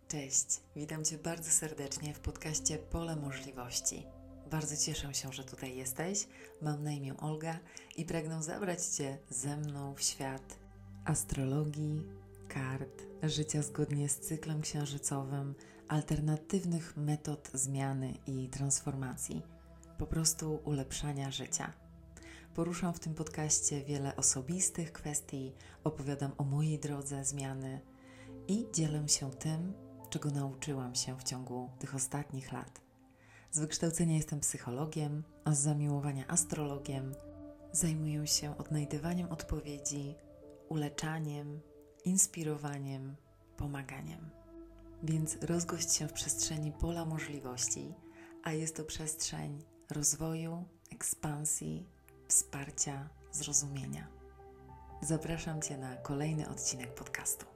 Cześć, witam Cię bardzo serdecznie w podcaście Pole Możliwości. Bardzo cieszę się, że tutaj jesteś. Mam na imię Olga i pragnę zabrać Cię ze mną w świat astrologii, kart, życia zgodnie z cyklem księżycowym, alternatywnych metod zmiany i transformacji, po prostu ulepszania życia. Poruszam w tym podcaście wiele osobistych kwestii, opowiadam o mojej drodze zmiany i dzielę się tym, czego nauczyłam się w ciągu tych ostatnich lat. Z wykształcenia jestem psychologiem, a z zamiłowania astrologiem. Zajmuję się odnajdywaniem odpowiedzi, uleczaniem, inspirowaniem, pomaganiem. Więc rozgość się w przestrzeni pola możliwości, a jest to przestrzeń rozwoju, ekspansji, wsparcia, zrozumienia. Zapraszam Cię na kolejny odcinek podcastu.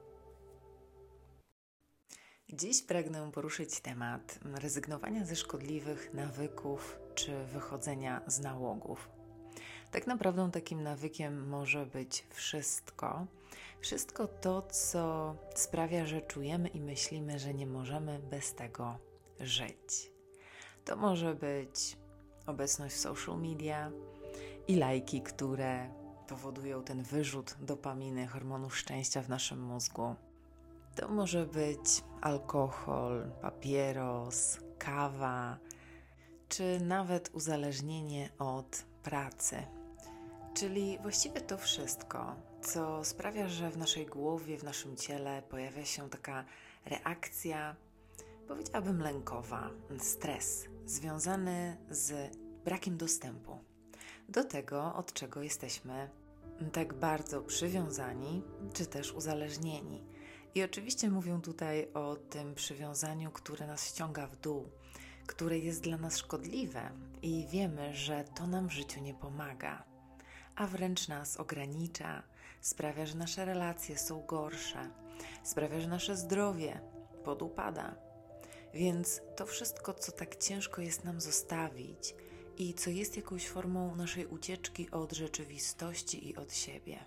Dziś pragnę poruszyć temat rezygnowania ze szkodliwych nawyków czy wychodzenia z nałogów. Tak naprawdę takim nawykiem może być wszystko. Wszystko to, co sprawia, że czujemy i myślimy, że nie możemy bez tego żyć. To może być obecność w social media i lajki, które powodują ten wyrzut dopaminy, hormonu szczęścia w naszym mózgu. To może być alkohol, papieros, kawa, czy nawet uzależnienie od pracy. Czyli właściwie to wszystko, co sprawia, że w naszej głowie, w naszym ciele pojawia się taka reakcja, powiedziałabym lękowa, stres, związany z brakiem dostępu do tego, od czego jesteśmy tak bardzo przywiązani, czy też uzależnieni. I oczywiście mówię tutaj o tym przywiązaniu, które nas ściąga w dół, które jest dla nas szkodliwe i wiemy, że to nam w życiu nie pomaga, a wręcz nas ogranicza, sprawia, że nasze relacje są gorsze, sprawia, że nasze zdrowie podupada. Więc to wszystko, co tak ciężko jest nam zostawić i co jest jakąś formą naszej ucieczki od rzeczywistości i od siebie.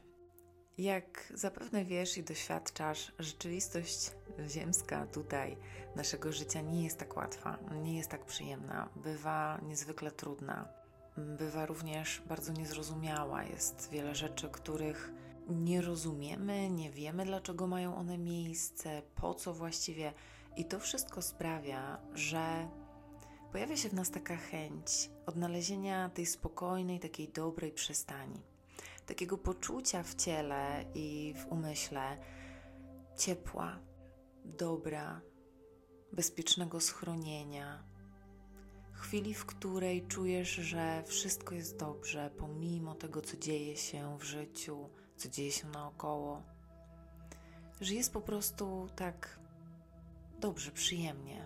Jak zapewne wiesz i doświadczasz, rzeczywistość ziemska tutaj naszego życia nie jest tak łatwa, nie jest tak przyjemna, bywa niezwykle trudna, bywa również bardzo niezrozumiała. Jest wiele rzeczy, których nie rozumiemy, nie wiemy, dlaczego mają one miejsce, po co właściwie. I to wszystko sprawia, że pojawia się w nas taka chęć odnalezienia tej spokojnej, takiej dobrej przystani. Takiego poczucia w ciele i w umyśle ciepła, dobra, bezpiecznego schronienia. Chwili, w której czujesz, że wszystko jest dobrze, pomimo tego, co dzieje się w życiu, co dzieje się naokoło. Że jest po prostu tak dobrze, przyjemnie.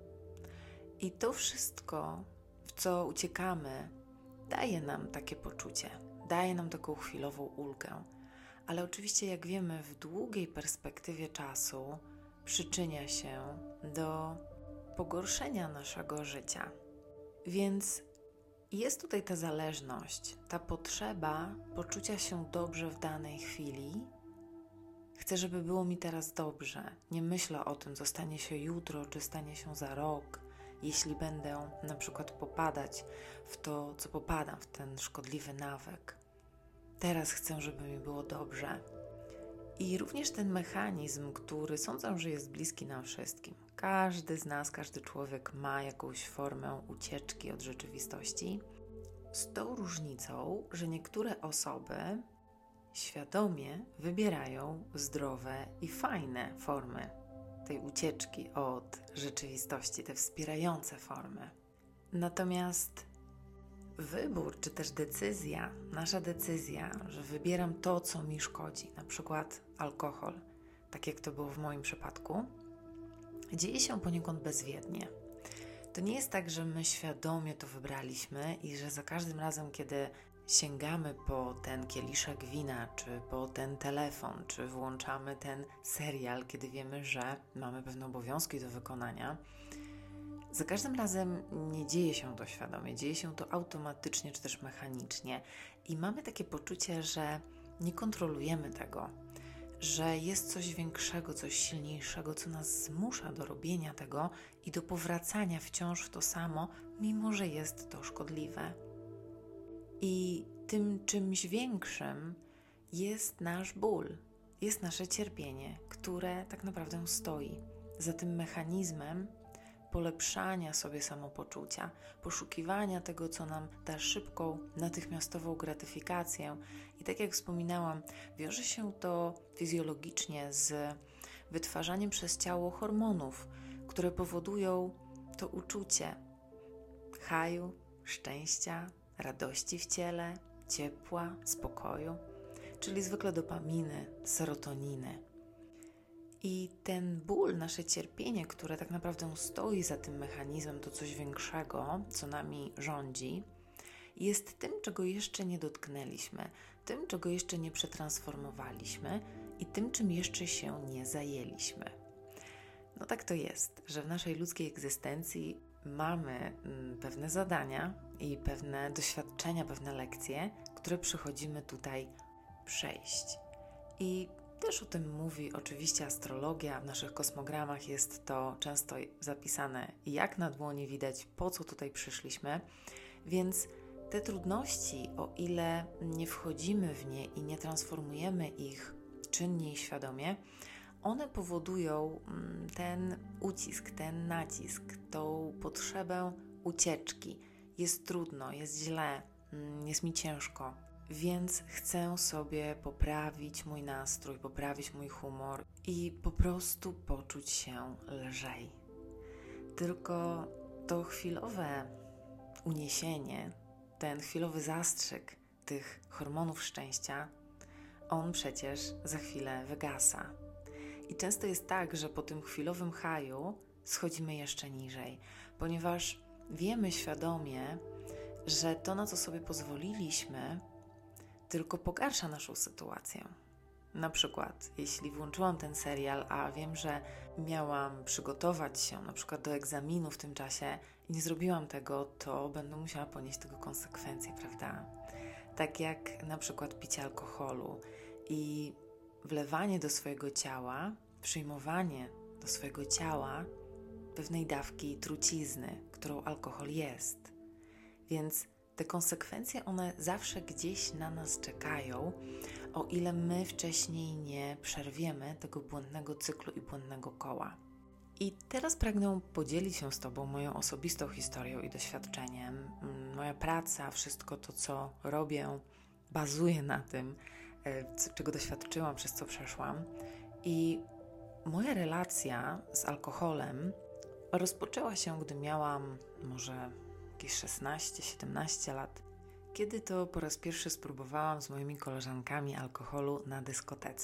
I to wszystko, w co uciekamy, daje nam takie poczucie. Daje nam taką chwilową ulgę, ale oczywiście, jak wiemy, w długiej perspektywie czasu przyczynia się do pogorszenia naszego życia. Więc jest tutaj ta zależność, ta potrzeba poczucia się dobrze w danej chwili. Chcę, żeby było mi teraz dobrze. Nie myślę o tym, co stanie się jutro, czy stanie się za rok, jeśli będę na przykład popadać w to, co popadam, w ten szkodliwy nawyk. Teraz chcę, żeby mi było dobrze. I również ten mechanizm, który sądzę, że jest bliski nam wszystkim. Każdy z nas, każdy człowiek ma jakąś formę ucieczki od rzeczywistości. Z tą różnicą, że niektóre osoby świadomie wybierają zdrowe i fajne formy tej ucieczki od rzeczywistości, te wspierające formy. Natomiast wybór, czy też decyzja, nasza decyzja, że wybieram to, co mi szkodzi, na przykład alkohol, tak jak to było w moim przypadku, dzieje się poniekąd bezwiednie. To nie jest tak, że my świadomie to wybraliśmy i że za każdym razem, kiedy sięgamy po ten kieliszek wina, czy po ten telefon, czy włączamy ten serial, kiedy wiemy, że mamy pewne obowiązki do wykonania, za każdym razem nie dzieje się to świadomie, dzieje się to automatycznie czy też mechanicznie i mamy takie poczucie, że nie kontrolujemy tego, że jest coś większego, coś silniejszego, co nas zmusza do robienia tego i do powracania wciąż w to samo, mimo że jest to szkodliwe. I tym czymś większym jest nasz ból, jest nasze cierpienie, które tak naprawdę stoi za tym mechanizmem polepszania sobie samopoczucia, poszukiwania tego, co nam da szybką, natychmiastową gratyfikację. I tak jak wspominałam, wiąże się to fizjologicznie z wytwarzaniem przez ciało hormonów, które powodują to uczucie haju, szczęścia, radości w ciele, ciepła, spokoju, czyli zwykle dopaminy, serotoniny. I ten ból, nasze cierpienie, które tak naprawdę stoi za tym mechanizmem, to coś większego, co nami rządzi, jest tym, czego jeszcze nie dotknęliśmy, tym, czego jeszcze nie przetransformowaliśmy i tym, czym jeszcze się nie zajęliśmy. No tak to jest, że w naszej ludzkiej egzystencji mamy pewne zadania i pewne doświadczenia, pewne lekcje, które przychodzimy tutaj przejść. I też o tym mówi oczywiście astrologia. W naszych kosmogramach jest to często zapisane jak na dłoni, widać, po co tutaj przyszliśmy. Więc te trudności, o ile nie wchodzimy w nie i nie transformujemy ich czynnie i świadomie, one powodują ten ucisk, ten nacisk, tą potrzebę ucieczki. Jest trudno, jest źle, jest mi ciężko. Więc chcę sobie poprawić mój nastrój, poprawić mój humor i po prostu poczuć się lżej. Tylko to chwilowe uniesienie, ten chwilowy zastrzyk tych hormonów szczęścia, on przecież za chwilę wygasa. I często jest tak, że po tym chwilowym haju schodzimy jeszcze niżej, ponieważ wiemy świadomie, że to, na co sobie pozwoliliśmy, tylko pogarsza naszą sytuację. Na przykład, jeśli włączyłam ten serial, a wiem, że miałam przygotować się na przykład do egzaminu w tym czasie i nie zrobiłam tego, to będę musiała ponieść tego konsekwencje, prawda? Tak jak na przykład picie alkoholu i wlewanie do swojego ciała, przyjmowanie do swojego ciała pewnej dawki trucizny, którą alkohol jest. Więc te konsekwencje, one zawsze gdzieś na nas czekają, o ile my wcześniej nie przerwiemy tego błędnego cyklu i błędnego koła. I teraz pragnę podzielić się z Tobą moją osobistą historią i doświadczeniem. Moja praca, wszystko to, co robię, bazuje na tym, czego doświadczyłam, przez co przeszłam. I moja relacja z alkoholem rozpoczęła się, gdy miałam może jakieś 16-17 lat, kiedy to po raz pierwszy spróbowałam z moimi koleżankami alkoholu na dyskotece.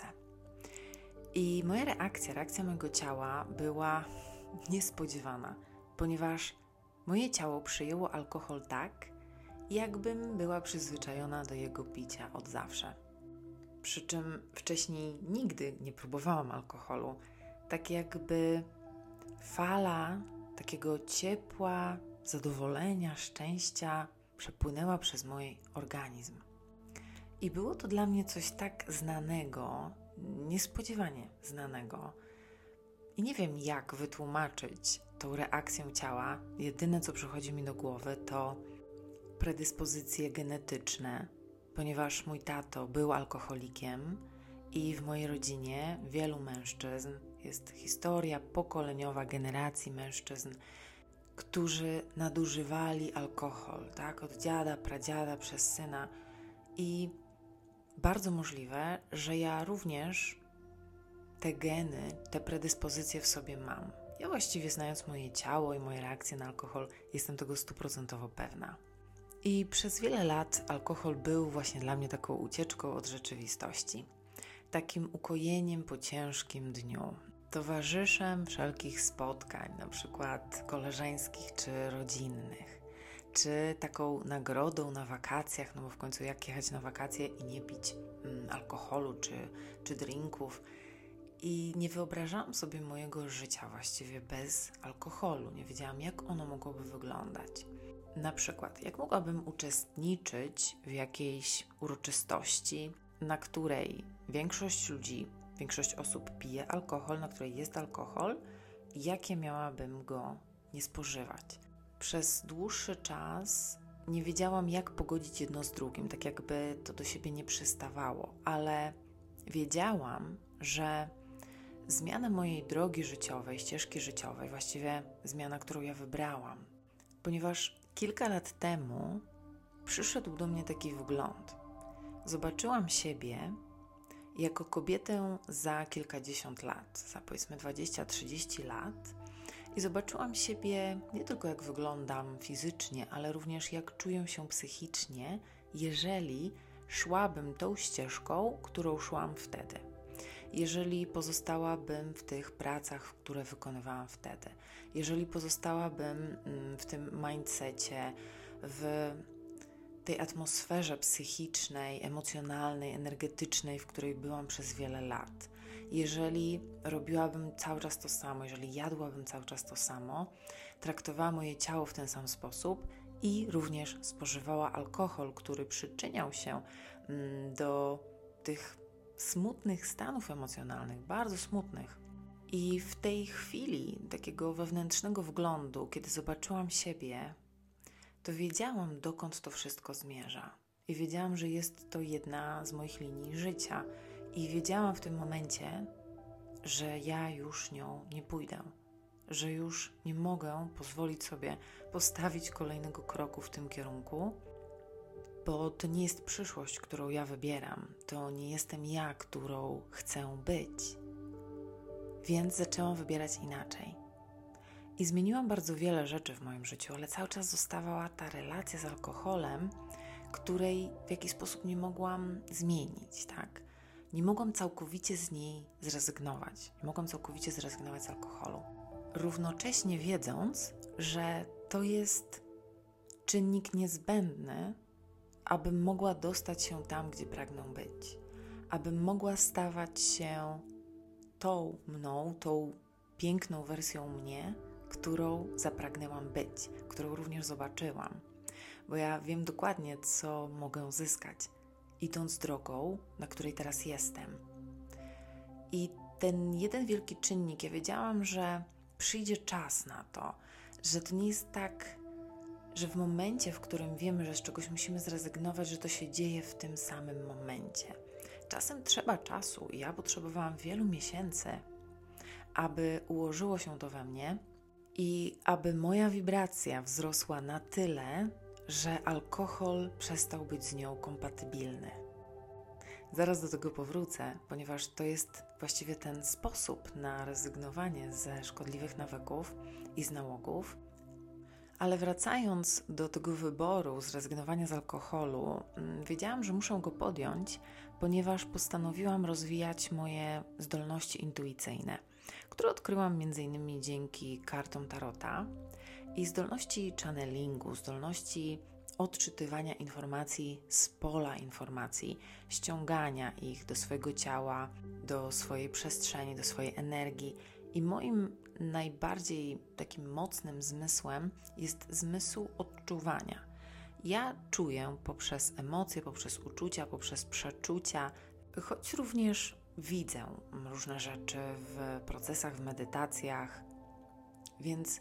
I moja reakcja mojego ciała była niespodziewana, ponieważ moje ciało przyjęło alkohol tak, jakbym była przyzwyczajona do jego picia od zawsze. Przy czym wcześniej nigdy nie próbowałam alkoholu, tak jakby fala takiego ciepła, zadowolenia, szczęścia przepłynęła przez mój organizm. I było to dla mnie coś tak znanego, niespodziewanie znanego. I nie wiem, jak wytłumaczyć tą reakcję ciała. Jedyne, co przychodzi mi do głowy, to predyspozycje genetyczne, ponieważ mój tato był alkoholikiem i w mojej rodzinie wielu mężczyzn, jest historia pokoleniowa generacji mężczyzn, którzy nadużywali alkohol, tak, od dziada, pradziada przez syna i bardzo możliwe, że ja również te geny, te predyspozycje w sobie mam. Ja właściwie, znając moje ciało i moje reakcje na alkohol, jestem tego 100% pewna. I przez wiele lat alkohol był właśnie dla mnie taką ucieczką od rzeczywistości, takim ukojeniem po ciężkim dniu, towarzyszem wszelkich spotkań, na przykład koleżeńskich czy rodzinnych, czy taką nagrodą na wakacjach, no bo w końcu jak jechać na wakacje i nie pić alkoholu czy drinków. I nie wyobrażałam sobie mojego życia właściwie bez alkoholu. Nie wiedziałam, jak ono mogłoby wyglądać. Na przykład, jak mogłabym uczestniczyć w jakiejś uroczystości, na której większość ludzi większość osób pije alkohol, na której jest alkohol, jakie miałabym go nie spożywać. Przez dłuższy czas nie wiedziałam, jak pogodzić jedno z drugim, tak jakby to do siebie nie przystawało, ale wiedziałam, że zmiana mojej drogi życiowej, ścieżki życiowej, właściwie zmiana, którą ja wybrałam, ponieważ kilka lat temu przyszedł do mnie taki wgląd. Zobaczyłam siebie jako kobietę za kilkadziesiąt lat, za powiedzmy 20-30 lat i zobaczyłam siebie nie tylko jak wyglądam fizycznie, ale również jak czuję się psychicznie, jeżeli szłabym tą ścieżką, którą szłam wtedy. Jeżeli pozostałabym w tych pracach, które wykonywałam wtedy. Jeżeli pozostałabym w tym mindsetie, w tej atmosferze psychicznej, emocjonalnej, energetycznej, w której byłam przez wiele lat. Jeżeli robiłabym cały czas to samo, jeżeli jadłabym cały czas to samo, traktowała moje ciało w ten sam sposób i również spożywała alkohol, który przyczyniał się do tych smutnych stanów emocjonalnych, bardzo smutnych. I w tej chwili takiego wewnętrznego wglądu, kiedy zobaczyłam siebie, to wiedziałam, dokąd to wszystko zmierza. I wiedziałam, że jest to jedna z moich linii życia. I wiedziałam w tym momencie, że ja już nią nie pójdę. Że już nie mogę pozwolić sobie postawić kolejnego kroku w tym kierunku, bo to nie jest przyszłość, którą ja wybieram. To nie jestem ja, którą chcę być. Więc zaczęłam wybierać inaczej. I zmieniłam bardzo wiele rzeczy w moim życiu, ale cały czas zostawała ta relacja z alkoholem, której w jakiś sposób nie mogłam zmienić, tak? Nie mogłam całkowicie z niej zrezygnować. Nie mogłam całkowicie zrezygnować z alkoholu. Równocześnie wiedząc, że to jest czynnik niezbędny, abym mogła dostać się tam, gdzie pragnę być. Abym mogła stawać się tą mną, tą piękną wersją mnie, którą zapragnęłam być, którą również zobaczyłam. Bo ja wiem dokładnie, co mogę zyskać, idąc drogą, na której teraz jestem. I ten jeden wielki czynnik, ja wiedziałam, że przyjdzie czas na to, że to nie jest tak, że w momencie, w którym wiemy, że z czegoś musimy zrezygnować, że to się dzieje w tym samym momencie. Czasem trzeba czasu i ja potrzebowałam wielu miesięcy, aby ułożyło się to we mnie i aby moja wibracja wzrosła na tyle, że alkohol przestał być z nią kompatybilny. Zaraz do tego powrócę, ponieważ to jest właściwie ten sposób na rezygnowanie ze szkodliwych nawyków i z nałogów. Ale wracając do tego wyboru zrezygnowania z alkoholu, wiedziałam, że muszę go podjąć, ponieważ postanowiłam rozwijać moje zdolności intuicyjne, które odkryłam m.in. dzięki kartom Tarota i zdolności channelingu, zdolności odczytywania informacji z pola informacji, ściągania ich do swojego ciała, do swojej przestrzeni, do swojej energii. I moim najbardziej takim mocnym zmysłem jest zmysł odczuwania. Ja czuję poprzez emocje, poprzez uczucia, poprzez przeczucia, choć również widzę różne rzeczy w procesach, w medytacjach, więc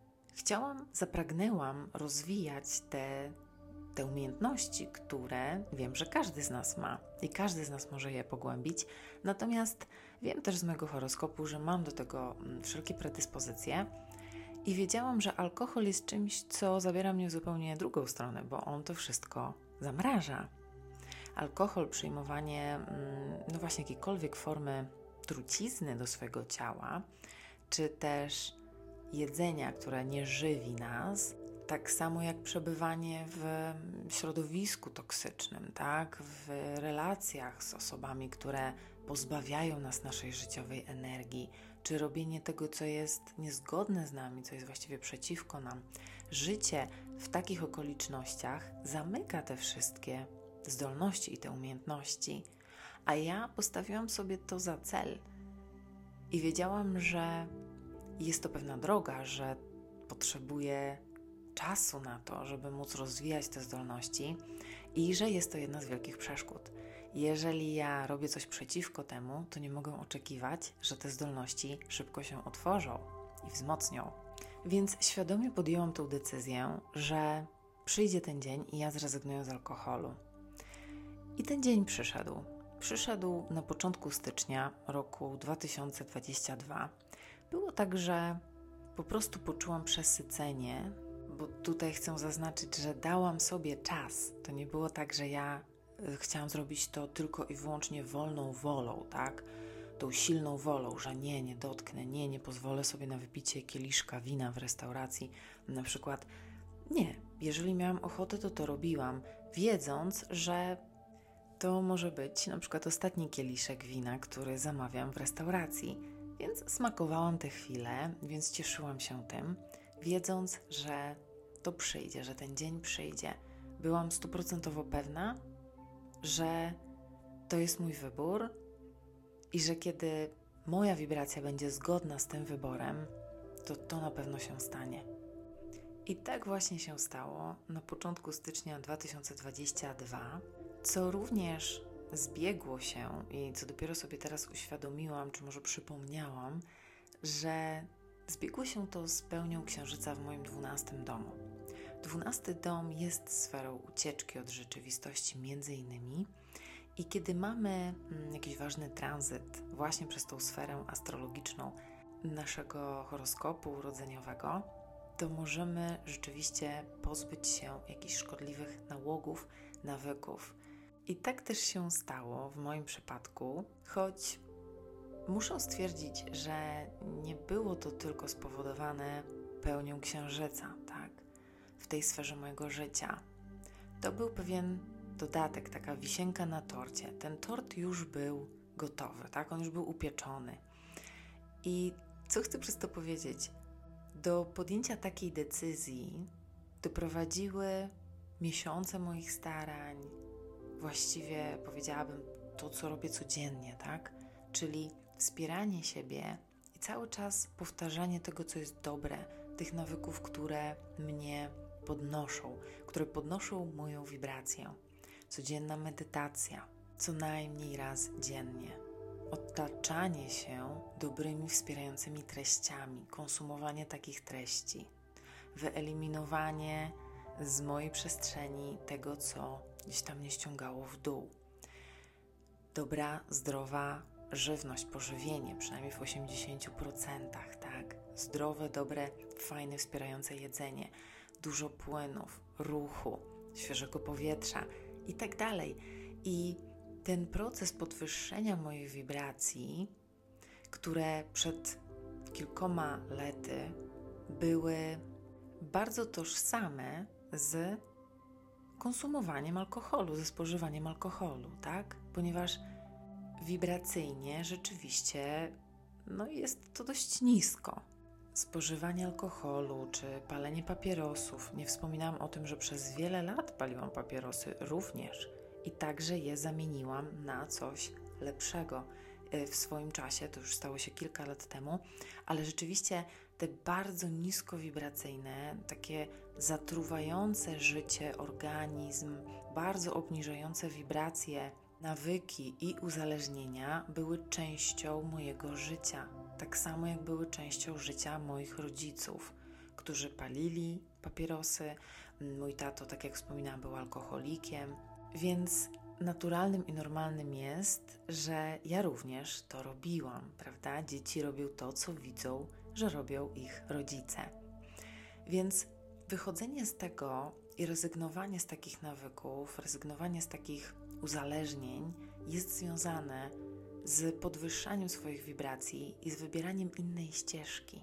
zapragnęłam rozwijać te umiejętności, które wiem, że każdy z nas ma i każdy z nas może je pogłębić. Natomiast wiem też z mojego horoskopu, że mam do tego wszelkie predyspozycje i wiedziałam, że alkohol jest czymś, co zabiera mnie w zupełnie drugą stronę, bo on to wszystko zamraża. Alkohol, przyjmowanie właśnie jakiejkolwiek formy trucizny do swojego ciała, czy też jedzenia, które nie żywi nas, tak samo jak przebywanie w środowisku toksycznym, tak? W relacjach z osobami, które pozbawiają nas naszej życiowej energii, czy robienie tego, co jest niezgodne z nami, co jest właściwie przeciwko nam. Życie w takich okolicznościach zamyka te wszystkie zdolności i te umiejętności, a ja postawiłam sobie to za cel i wiedziałam, że jest to pewna droga, że potrzebuję czasu na to, żeby móc rozwijać te zdolności i że jest to jedna z wielkich przeszkód. Jeżeli ja robię coś przeciwko temu, to nie mogę oczekiwać, że te zdolności szybko się otworzą i wzmocnią. Więc świadomie podjęłam tę decyzję, że przyjdzie ten dzień i ja zrezygnuję z alkoholu. I ten dzień przyszedł. Przyszedł na początku stycznia roku 2022. Było tak, że po prostu poczułam przesycenie, bo tutaj chcę zaznaczyć, że dałam sobie czas. To nie było tak, że ja chciałam zrobić to tylko i wyłącznie wolną wolą, tak? Tą silną wolą, że nie dotknę, nie pozwolę sobie na wypicie kieliszka wina w restauracji. Na przykład nie, jeżeli miałam ochotę, to robiłam, wiedząc, że to może być na przykład ostatni kieliszek wina, który zamawiam w restauracji. Więc smakowałam te chwile, więc cieszyłam się tym, wiedząc, że to przyjdzie, że ten dzień przyjdzie. Byłam 100% pewna, że to jest mój wybór i że kiedy moja wibracja będzie zgodna z tym wyborem, to na pewno się stanie. I tak właśnie się stało na początku stycznia 2022, co również zbiegło się i co dopiero sobie teraz uświadomiłam, czy może przypomniałam, że zbiegło się to z pełnią księżyca w moim 12 domu. 12 dom jest sferą ucieczki od rzeczywistości między innymi i kiedy mamy jakiś ważny tranzyt właśnie przez tą sferę astrologiczną naszego horoskopu urodzeniowego, to możemy rzeczywiście pozbyć się jakichś szkodliwych nałogów, nawyków. I tak też się stało w moim przypadku, choć muszę stwierdzić, że nie było to tylko spowodowane pełnią księżyca, tak? W tej sferze mojego życia. To był pewien dodatek, taka wisienka na torcie. Ten tort już był gotowy, tak? On już był upieczony. I co chcę przez to powiedzieć? Do podjęcia takiej decyzji doprowadziły miesiące moich starań, właściwie powiedziałabym to, co robię codziennie, tak? Czyli wspieranie siebie i cały czas powtarzanie tego, co jest dobre, tych nawyków, które mnie podnoszą, które podnoszą moją wibrację. Codzienna medytacja, co najmniej raz dziennie. Otaczanie się dobrymi, wspierającymi treściami, konsumowanie takich treści, wyeliminowanie z mojej przestrzeni tego, co gdzieś tam mnie ściągało w dół. Dobra, zdrowa żywność, pożywienie, przynajmniej w 80%, tak? Zdrowe, dobre, fajne, wspierające jedzenie, dużo płynów, ruchu, świeżego powietrza i tak dalej. I ten proces podwyższenia mojej wibracji, które przed kilkoma laty były bardzo tożsame z konsumowaniem alkoholu, ze spożywaniem alkoholu, tak? Ponieważ wibracyjnie rzeczywiście jest to dość nisko. Spożywanie alkoholu czy palenie papierosów. Nie wspominałam o tym, że przez wiele lat paliłam papierosy również i także je zamieniłam na coś lepszego w swoim czasie. To już stało się kilka lat temu, ale rzeczywiście te bardzo niskowibracyjne, takie zatruwające życie, organizm, bardzo obniżające wibracje, nawyki i uzależnienia były częścią mojego życia. Tak samo jak były częścią życia moich rodziców, którzy palili papierosy. Mój tato, tak jak wspominałam, był alkoholikiem, więc naturalnym i normalnym jest, że ja również to robiłam, prawda? Dzieci robią to, co widzą, że robią ich rodzice. Więc wychodzenie z tego i rezygnowanie z takich nawyków, rezygnowanie z takich uzależnień jest związane z podwyższaniem swoich wibracji i z wybieraniem innej ścieżki.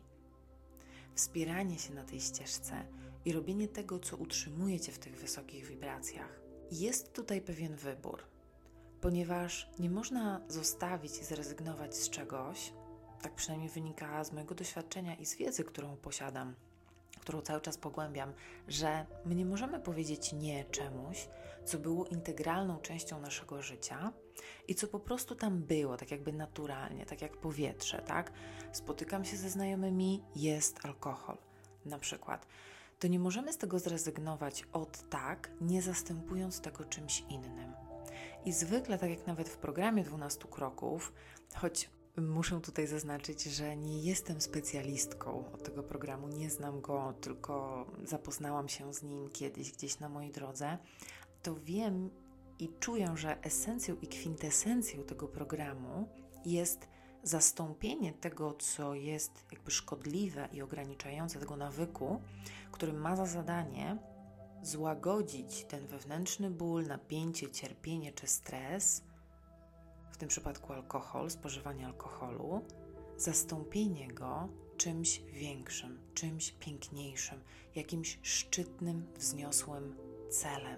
Wspieranie się na tej ścieżce i robienie tego, co utrzymuje Cię w tych wysokich wibracjach. Jest tutaj pewien wybór, ponieważ nie można zostawić i zrezygnować z czegoś, tak przynajmniej wynika z mojego doświadczenia i z wiedzy, którą posiadam, którą cały czas pogłębiam, że my nie możemy powiedzieć nie czemuś, co było integralną częścią naszego życia i co po prostu tam było, tak jakby naturalnie, tak jak powietrze, tak? Spotykam się ze znajomymi, jest alkohol, na przykład. To nie możemy z tego zrezygnować od tak, nie zastępując tego czymś innym. I zwykle, tak jak nawet w programie 12 kroków, choć muszę tutaj zaznaczyć, że nie jestem specjalistką od tego programu, nie znam go, tylko zapoznałam się z nim kiedyś gdzieś na mojej drodze, to wiem i czuję, że esencją i kwintesencją tego programu jest zastąpienie tego, co jest jakby szkodliwe i ograniczające tego nawyku, który ma za zadanie złagodzić ten wewnętrzny ból, napięcie, cierpienie czy stres, w tym przypadku alkohol, spożywanie alkoholu, zastąpienie go czymś większym, czymś piękniejszym, jakimś szczytnym, wzniosłym celem.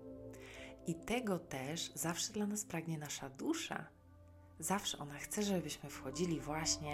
I tego też zawsze dla nas pragnie nasza dusza. Zawsze ona chce, żebyśmy wchodzili właśnie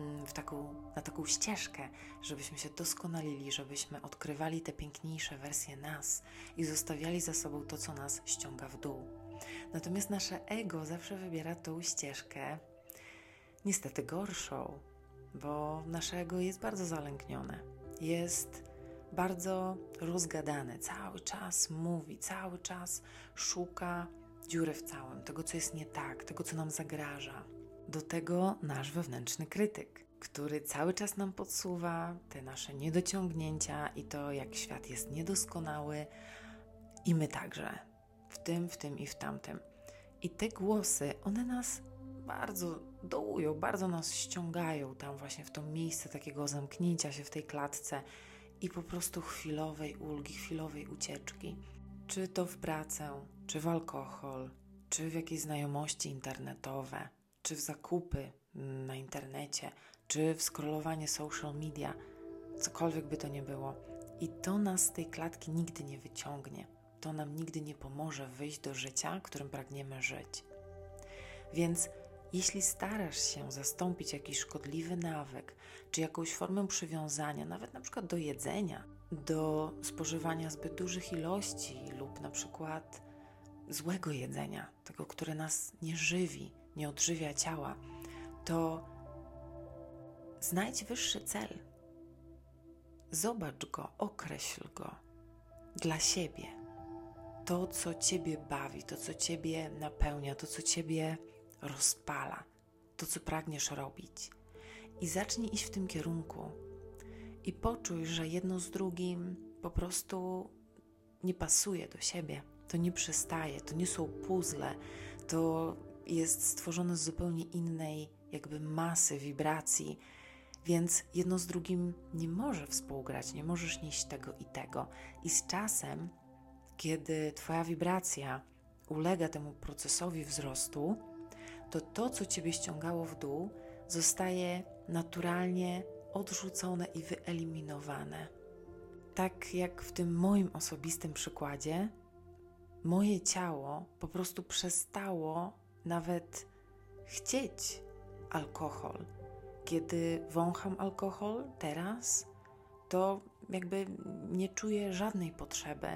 na taką ścieżkę, żebyśmy się doskonalili, żebyśmy odkrywali te piękniejsze wersje nas i zostawiali za sobą to, co nas ściąga w dół. Natomiast nasze ego zawsze wybiera tą ścieżkę niestety gorszą, bo nasze ego jest bardzo zalęknione, jest bardzo rozgadane, cały czas mówi, cały czas szuka dziury w całym, tego, co jest nie tak, tego, co nam zagraża. Do tego nasz wewnętrzny krytyk, który cały czas nam podsuwa te nasze niedociągnięcia i to, jak świat jest niedoskonały i my także, w tym i w tamtym. I te głosy, one nas bardzo dołują, bardzo nas ściągają tam właśnie w to miejsce takiego zamknięcia się w tej klatce i po prostu chwilowej ulgi, chwilowej ucieczki. Czy to w pracę, czy w alkohol, czy w jakieś znajomości internetowe, czy w zakupy na internecie, czy w scrollowanie social media, cokolwiek by to nie było. I to nas z tej klatki nigdy nie wyciągnie. To nam nigdy nie pomoże wyjść do życia, którym pragniemy żyć. Więc jeśli starasz się zastąpić jakiś szkodliwy nawyk, czy jakąś formę przywiązania, nawet na przykład do jedzenia, do spożywania zbyt dużych ilości lub na przykład złego jedzenia, tego, które nas nie żywi, nie odżywia ciała, to znajdź wyższy cel. Zobacz go, określ go dla siebie. To, co Ciebie bawi, to, co Ciebie napełnia, to, co Ciebie rozpala, to, co pragniesz robić. I zacznij iść w tym kierunku. I poczuj, że jedno z drugim po prostu nie pasuje do siebie. To nie przystaje, to nie są puzzle, to jest stworzone z zupełnie innej jakby masy, wibracji, więc jedno z drugim nie może współgrać, nie możesz nieść tego i tego. I z czasem, kiedy Twoja wibracja ulega temu procesowi wzrostu, to, co Ciebie ściągało w dół, zostaje naturalnie odrzucone i wyeliminowane. Tak jak w tym moim osobistym przykładzie, moje ciało po prostu przestało nawet chcieć alkohol. Kiedy wącham alkohol teraz, to jakby nie czuję żadnej potrzeby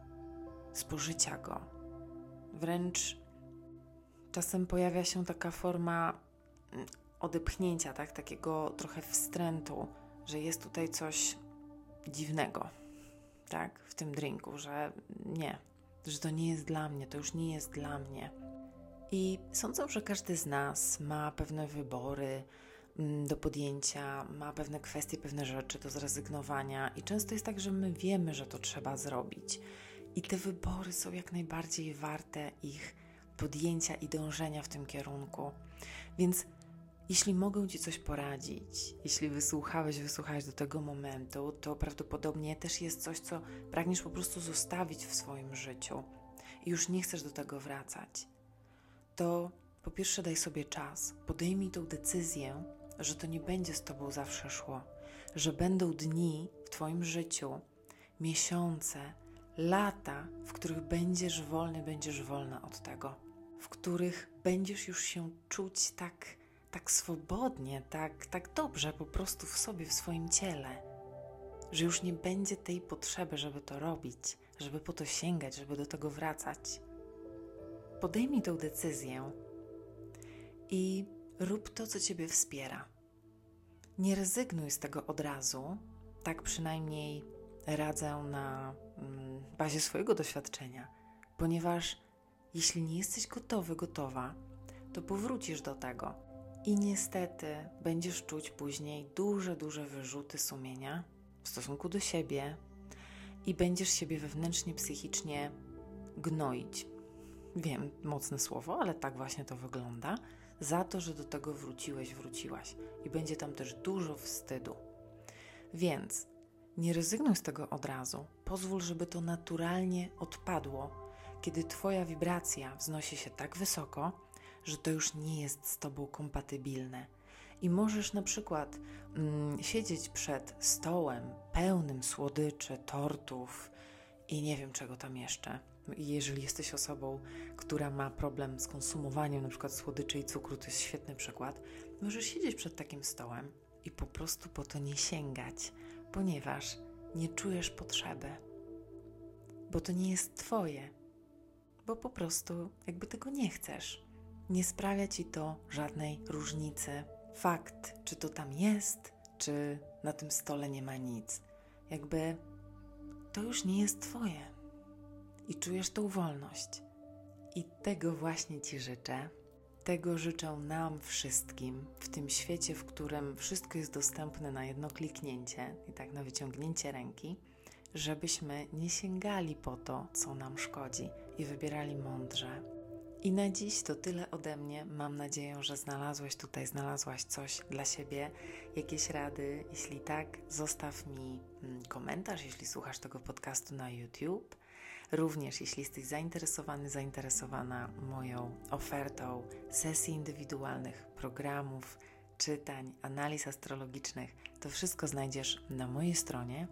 spożycia go. Wręcz czasem pojawia się taka forma odepchnięcia, tak? Takiego trochę wstrętu, że jest tutaj coś dziwnego, tak? W tym drinku, że nie, że to nie jest dla mnie, to już nie jest dla mnie. I sądzę, że każdy z nas ma pewne wybory do podjęcia, ma pewne kwestie, pewne rzeczy do zrezygnowania i często jest tak, że my wiemy, że to trzeba zrobić. I te wybory są jak najbardziej warte ich podjęcia i dążenia w tym kierunku. Więc jeśli mogę Ci coś poradzić, jeśli wysłuchałeś do tego momentu, to prawdopodobnie też jest coś, co pragniesz po prostu zostawić w swoim życiu i już nie chcesz do tego wracać. To po pierwsze daj sobie czas, podejmij tą decyzję, że to nie będzie z Tobą zawsze szło, że będą dni w Twoim życiu, miesiące, lata, w których będziesz wolny, będziesz wolna od tego, w których będziesz już się czuć tak swobodnie, tak dobrze po prostu w sobie, w swoim ciele, że już nie będzie tej potrzeby, żeby to robić, żeby po to sięgać, żeby do tego wracać. Podejmij tę decyzję i rób to, co Ciebie wspiera. Nie rezygnuj z tego od razu, tak przynajmniej radzę na bazie swojego doświadczenia, ponieważ Jeśli nie jesteś gotowy, gotowa, to powrócisz do tego i niestety będziesz czuć później duże wyrzuty sumienia w stosunku do siebie i będziesz siebie wewnętrznie, psychicznie gnoić. Wiem, mocne słowo, ale tak właśnie to wygląda. Za to, że do tego wróciłaś. I będzie tam też dużo wstydu. Więc nie rezygnuj z tego od razu. Pozwól, żeby to naturalnie odpadło, kiedy Twoja wibracja wznosi się tak wysoko, że to już nie jest z Tobą kompatybilne. I możesz na przykład siedzieć przed stołem pełnym słodyczy, tortów i nie wiem czego tam jeszcze. Jeżeli jesteś osobą, która ma problem z konsumowaniem na przykład słodyczy i cukru, to jest świetny przykład, możesz siedzieć przed takim stołem i po prostu po to nie sięgać, ponieważ nie czujesz potrzeby, bo to nie jest Twoje, bo po prostu jakby tego nie chcesz. Nie sprawia Ci to żadnej różnicy. Fakt, czy to tam jest, czy na tym stole nie ma nic. Jakby to już nie jest Twoje. I czujesz tą wolność. I tego właśnie Ci życzę. Tego życzę nam wszystkim w tym świecie, w którym wszystko jest dostępne na jedno kliknięcie i tak na wyciągnięcie ręki, żebyśmy nie sięgali po to, co nam szkodzi i wybierali mądrze. I na dziś to tyle ode mnie. Mam nadzieję, że znalazłaś coś dla siebie, jakieś rady. Jeśli tak, zostaw mi komentarz, jeśli słuchasz tego podcastu na YouTube. Również jeśli jesteś zainteresowana moją ofertą sesji indywidualnych, programów, czytań, analiz astrologicznych, to wszystko znajdziesz na mojej stronie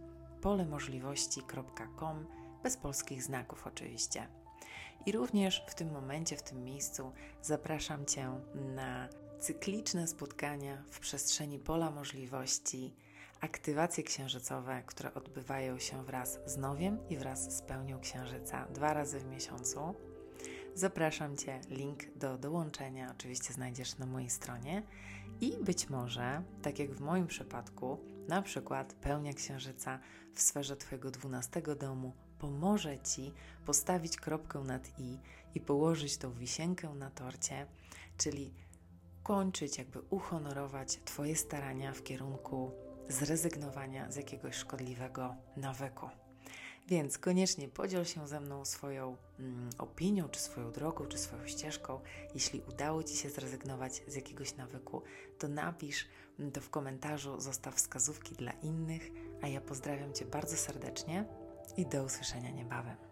polemożliwości.com, bez polskich znaków oczywiście. I również w tym momencie, w tym miejscu zapraszam Cię na cykliczne spotkania w przestrzeni pola możliwości, aktywacje księżycowe, które odbywają się wraz z nowiem i wraz z pełnią księżyca 2 razy w miesiącu. Zapraszam Cię, link do dołączenia oczywiście znajdziesz na mojej stronie i być może, tak jak w moim przypadku, na przykład pełnia księżyca w sferze Twojego 12 domu pomoże Ci postawić kropkę nad i położyć tą wisienkę na torcie, czyli kończyć, jakby uhonorować Twoje starania w kierunku zrezygnowania z jakiegoś szkodliwego nawyku. Więc koniecznie podziel się ze mną swoją opinią, czy swoją drogą, czy swoją ścieżką. Jeśli udało Ci się zrezygnować z jakiegoś nawyku, to napisz to w komentarzu, zostaw wskazówki dla innych, a ja pozdrawiam Cię bardzo serdecznie i do usłyszenia niebawem.